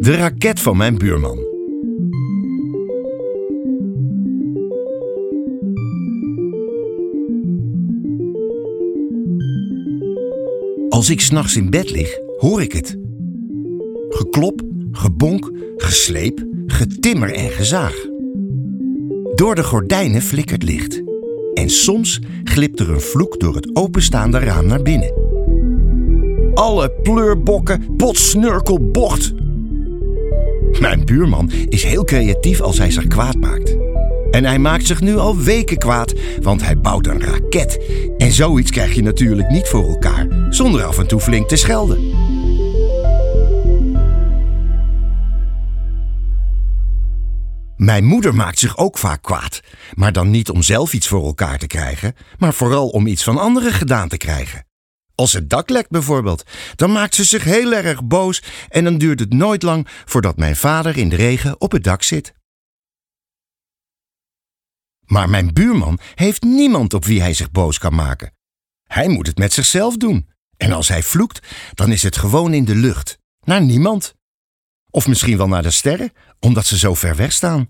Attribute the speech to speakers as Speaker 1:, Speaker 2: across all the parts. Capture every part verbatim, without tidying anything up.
Speaker 1: De raket van mijn buurman. Als ik 's nachts in bed lig, hoor ik het. Geklop, gebonk, gesleep, getimmer en gezaag. Door de gordijnen flikkert licht. En soms glipt er een vloek door het openstaande raam naar binnen. Alle pleurbokken, pot, snurkel, bocht. Mijn buurman is heel creatief als hij zich kwaad maakt. En hij maakt zich nu al weken kwaad, want hij bouwt een raket. En zoiets krijg je natuurlijk niet voor elkaar, zonder af en toe flink te schelden. Mijn moeder maakt zich ook vaak kwaad. Maar dan niet om zelf iets voor elkaar te krijgen, maar vooral om iets van anderen gedaan te krijgen. Als het dak lekt bijvoorbeeld, dan maakt ze zich heel erg boos en dan duurt het nooit lang voordat mijn vader in de regen op het dak zit. Maar mijn buurman heeft niemand op wie hij zich boos kan maken. Hij moet het met zichzelf doen. En als hij vloekt, dan is het gewoon in de lucht, naar niemand. Of misschien wel naar de sterren, omdat ze zo ver weg staan.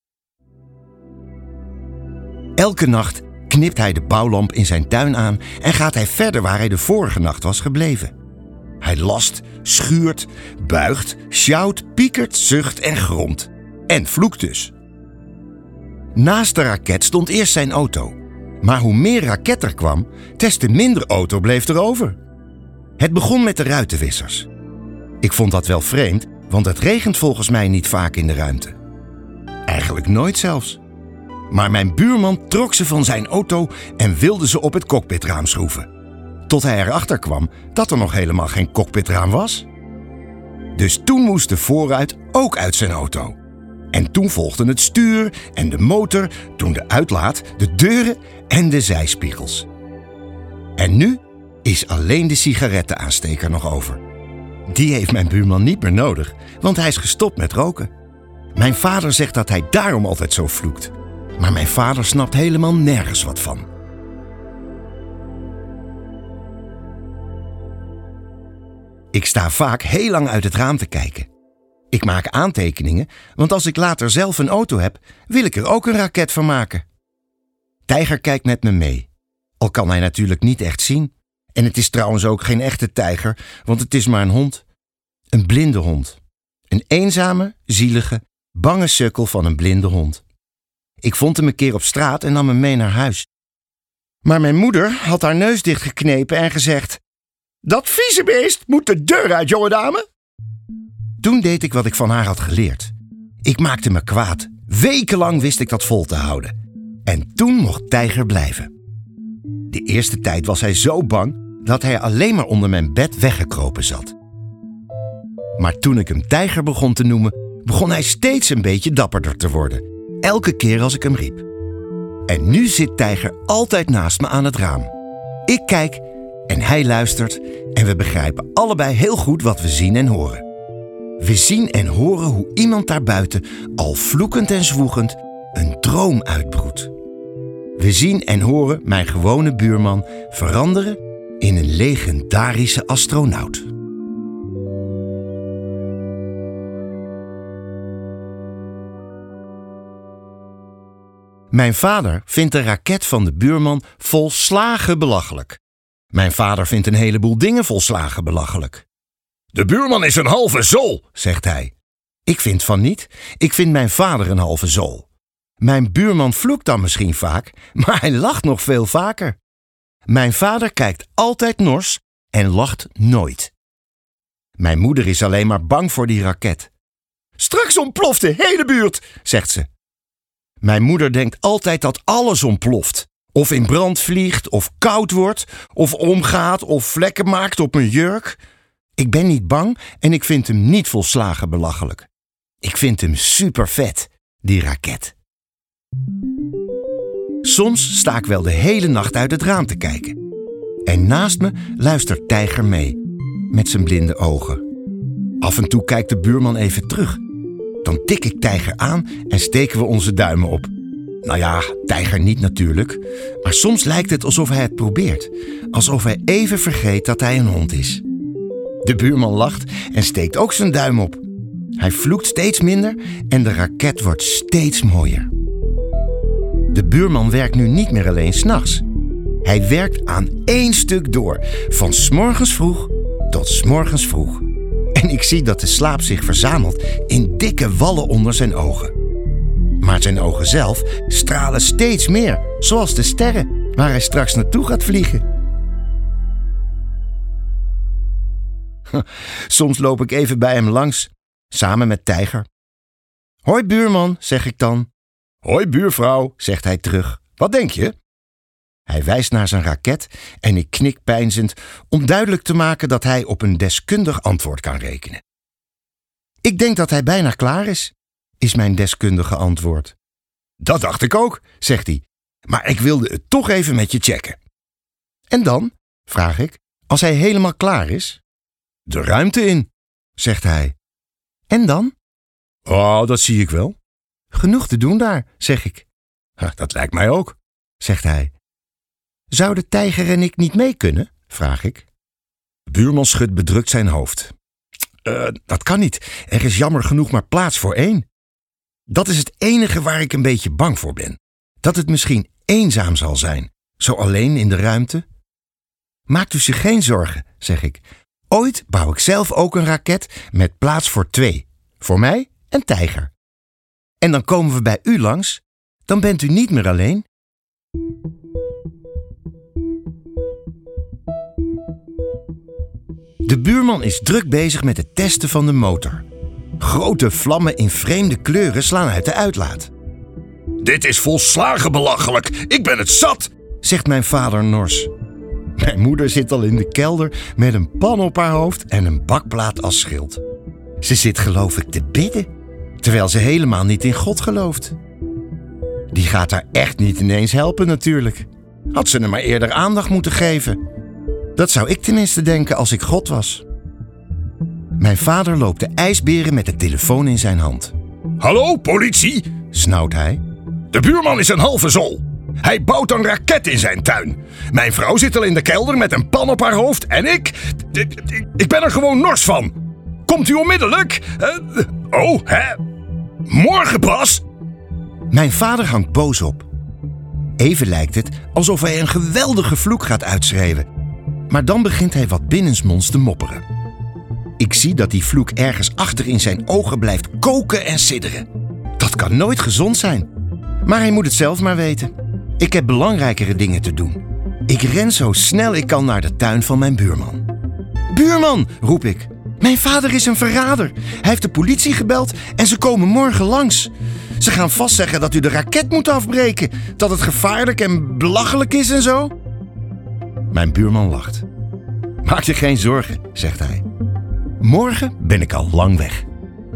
Speaker 1: Elke nacht knipt hij de bouwlamp in zijn tuin aan en gaat hij verder waar hij de vorige nacht was gebleven. Hij last, schuurt, buigt, sjouwt, piekert, zucht en gromt. En vloekt dus. Naast de raket stond eerst zijn auto. Maar hoe meer raket er kwam, des te minder auto bleef er over. Het begon met de ruitenwissers. Ik vond dat wel vreemd, want het regent volgens mij niet vaak in de ruimte. Eigenlijk nooit zelfs. Maar mijn buurman trok ze van zijn auto en wilde ze op het cockpitraam schroeven. Tot hij erachter kwam dat er nog helemaal geen cockpitraam was. Dus toen moest de voorruit ook uit zijn auto. En toen volgden het stuur en de motor, toen de uitlaat, de deuren en de zijspiegels. En nu is alleen de sigarettenaansteker nog over. Die heeft mijn buurman niet meer nodig, want hij is gestopt met roken. Mijn vader zegt dat hij daarom altijd zo vloekt. Maar mijn vader snapt helemaal nergens wat van. Ik sta vaak heel lang uit het raam te kijken. Ik maak aantekeningen, want als ik later zelf een auto heb, wil ik er ook een raket van maken. Tijger kijkt met me mee. Al kan hij natuurlijk niet echt zien. En het is trouwens ook geen echte tijger, want het is maar een hond. Een blinde hond. Een eenzame, zielige, bange sukkel van een blinde hond. Ik vond hem een keer op straat en nam hem mee naar huis. Maar mijn moeder had haar neus dichtgeknepen en gezegd: "Dat vieze beest moet de deur uit, jonge dame." Toen deed ik wat ik van haar had geleerd. Ik maakte me kwaad. Wekenlang wist ik dat vol te houden. En toen mocht Tijger blijven. De eerste tijd was hij zo bang dat hij alleen maar onder mijn bed weggekropen zat. Maar toen ik hem Tijger begon te noemen, begon hij steeds een beetje dapperder te worden. Elke keer als ik hem riep. En nu zit Tijger altijd naast me aan het raam. Ik kijk en hij luistert en we begrijpen allebei heel goed wat we zien en horen. We zien en horen hoe iemand daarbuiten, al vloekend en zwoegend, een droom uitbroedt. We zien en horen mijn gewone buurman veranderen in een legendarische astronaut. Mijn vader vindt de raket van de buurman volslagen belachelijk. Mijn vader vindt een heleboel dingen volslagen belachelijk. "De buurman is een halve zool," zegt hij. Ik vind van niet. Ik vind mijn vader een halve zool. Mijn buurman vloekt dan misschien vaak, maar hij lacht nog veel vaker. Mijn vader kijkt altijd nors en lacht nooit. Mijn moeder is alleen maar bang voor die raket. "Straks ontploft de hele buurt," zegt ze. Mijn moeder denkt altijd dat alles ontploft. Of in brand vliegt, of koud wordt, of omgaat, of vlekken maakt op mijn jurk. Ik ben niet bang en ik vind hem niet volslagen belachelijk. Ik vind hem super vet, die raket. Soms sta ik wel de hele nacht uit het raam te kijken. En naast me luistert Tijger mee, met zijn blinde ogen. Af en toe kijkt de buurman even terug. Dan tik ik Tijger aan en steken we onze duimen op. Nou ja, Tijger niet natuurlijk. Maar soms lijkt het alsof hij het probeert. Alsof hij even vergeet dat hij een hond is. De buurman lacht en steekt ook zijn duim op. Hij vloekt steeds minder en de raket wordt steeds mooier. De buurman werkt nu niet meer alleen 's nachts. Hij werkt aan één stuk door, van 's morgens vroeg tot 's morgens vroeg. En ik zie dat de slaap zich verzamelt in dikke wallen onder zijn ogen. Maar zijn ogen zelf stralen steeds meer, zoals de sterren waar hij straks naartoe gaat vliegen. Soms loop ik even bij hem langs, samen met Tijger. Hoi buurman, zeg ik dan. Hoi buurvrouw, zegt hij terug. Wat denk je? Hij wijst naar zijn raket en ik knik peinzend om duidelijk te maken dat hij op een deskundig antwoord kan rekenen. Ik denk dat hij bijna klaar is, is mijn deskundige antwoord. Dat dacht ik ook, zegt hij, maar ik wilde het toch even met je checken. En dan, vraag ik, als hij helemaal klaar is? De ruimte in, zegt hij. En dan? Oh, dat zie ik wel. Genoeg te doen daar, zeg ik. Dat lijkt mij ook, zegt hij. Zouden Tijger en ik niet mee kunnen? Vraag ik. De buurman schudt bedrukt zijn hoofd. Uh, dat kan niet. Er is jammer genoeg maar plaats voor één. Dat is het enige waar ik een beetje bang voor ben. Dat het misschien eenzaam zal zijn, zo alleen in de ruimte. Maakt u zich geen zorgen, zeg ik. Ooit bouw ik zelf ook een raket met plaats voor twee. Voor mij en Tijger. En dan komen we bij u langs. Dan bent u niet meer alleen. De buurman is druk bezig met het testen van de motor. Grote vlammen in vreemde kleuren slaan uit de uitlaat. Dit is volslagen belachelijk. Ik ben het zat, zegt mijn vader nors. Mijn moeder zit al in de kelder met een pan op haar hoofd en een bakplaat als schild. Ze zit geloof ik te bidden, terwijl ze helemaal niet in God gelooft. Die gaat haar echt niet ineens helpen natuurlijk. Had ze er maar eerder aandacht moeten geven. Dat zou ik tenminste denken als ik God was. Mijn vader loopt de ijsberen met de telefoon in zijn hand. Hallo, politie, snauwt hij. De buurman is een halve zol. Hij bouwt een raket in zijn tuin. Mijn vrouw zit al in de kelder met een pan op haar hoofd en ik... Ik, ik ben er gewoon nors van. Komt u onmiddellijk? Uh, oh, hè? Morgen pas? Mijn vader hangt boos op. Even lijkt het alsof hij een geweldige vloek gaat uitschreeuwen. Maar dan begint hij wat binnensmonds te mopperen. Ik zie dat die vloek ergens achter in zijn ogen blijft koken en sidderen. Dat kan nooit gezond zijn. Maar hij moet het zelf maar weten. Ik heb belangrijkere dingen te doen. Ik ren zo snel ik kan naar de tuin van mijn buurman. Buurman, roep ik. Mijn vader is een verrader. Hij heeft de politie gebeld en ze komen morgen langs. Ze gaan vast zeggen dat u de raket moet afbreken. Dat het gevaarlijk en belachelijk is en zo. Mijn buurman lacht. Maak je geen zorgen, zegt hij. Morgen ben ik al lang weg.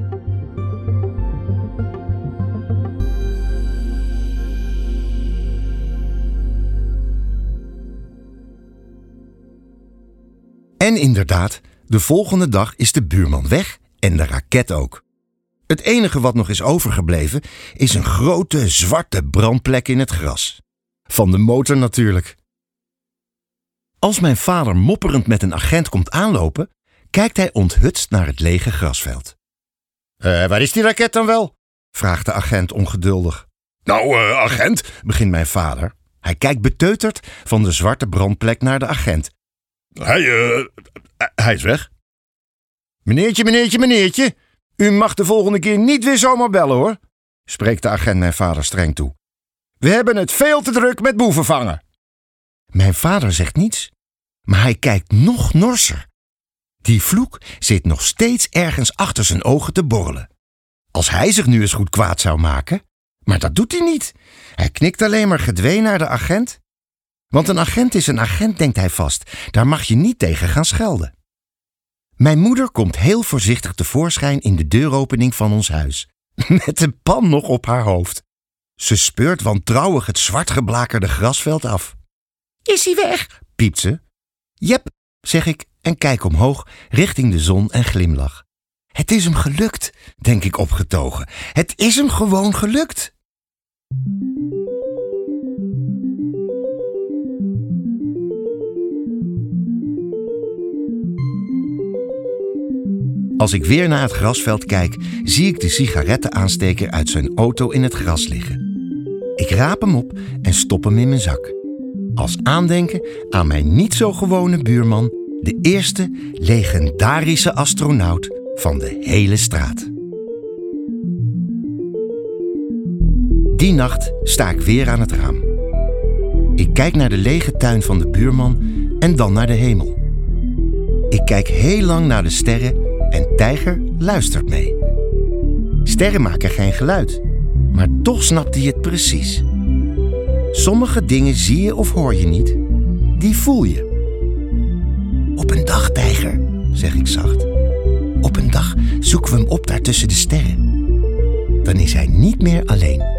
Speaker 1: En inderdaad, de volgende dag is de buurman weg en de raket ook. Het enige wat nog is overgebleven is een grote zwarte brandplek in het gras. Van de motor natuurlijk. Als mijn vader mopperend met een agent komt aanlopen, kijkt hij onthutst naar het lege grasveld. Uh, waar is die raket dan wel? Vraagt de agent ongeduldig. Nou, uh, agent, begint mijn vader. Hij kijkt beteuterd van de zwarte brandplek naar de agent. Hij, uh, hij is weg. Meneertje, meneertje, meneertje. U mag de volgende keer niet weer zomaar bellen, hoor, spreekt de agent mijn vader streng toe. We hebben het veel te druk met boeven vangen. Mijn vader zegt niets, maar hij kijkt nog norser. Die vloek zit nog steeds ergens achter zijn ogen te borrelen. Als hij zich nu eens goed kwaad zou maken, maar dat doet hij niet. Hij knikt alleen maar gedwee naar de agent. Want een agent is een agent, denkt hij vast. Daar mag je niet tegen gaan schelden. Mijn moeder komt heel voorzichtig tevoorschijn in de deuropening van ons huis. Met een pan nog op haar hoofd. Ze speurt wantrouwig het zwart geblakerde grasveld af. Is hij weg? Piept ze. Jep, zeg ik en kijk omhoog richting de zon en glimlach. Het is hem gelukt, denk ik opgetogen. Het is hem gewoon gelukt. Als ik weer naar het grasveld kijk, zie ik de sigarettenaansteker uit zijn auto in het gras liggen. Ik raap hem op en stop hem in mijn zak. Als aandenken aan mijn niet zo gewone buurman, de eerste legendarische astronaut van de hele straat. Die nacht sta ik weer aan het raam. Ik kijk naar de lege tuin van de buurman en dan naar de hemel. Ik kijk heel lang naar de sterren en Tijger luistert mee. Sterren maken geen geluid, maar toch snapt hij het precies. Sommige dingen zie je of hoor je niet, die voel je. Op een dag, Tijger, zeg ik zacht. Op een dag zoeken we hem op daar tussen de sterren. Dan is hij niet meer alleen.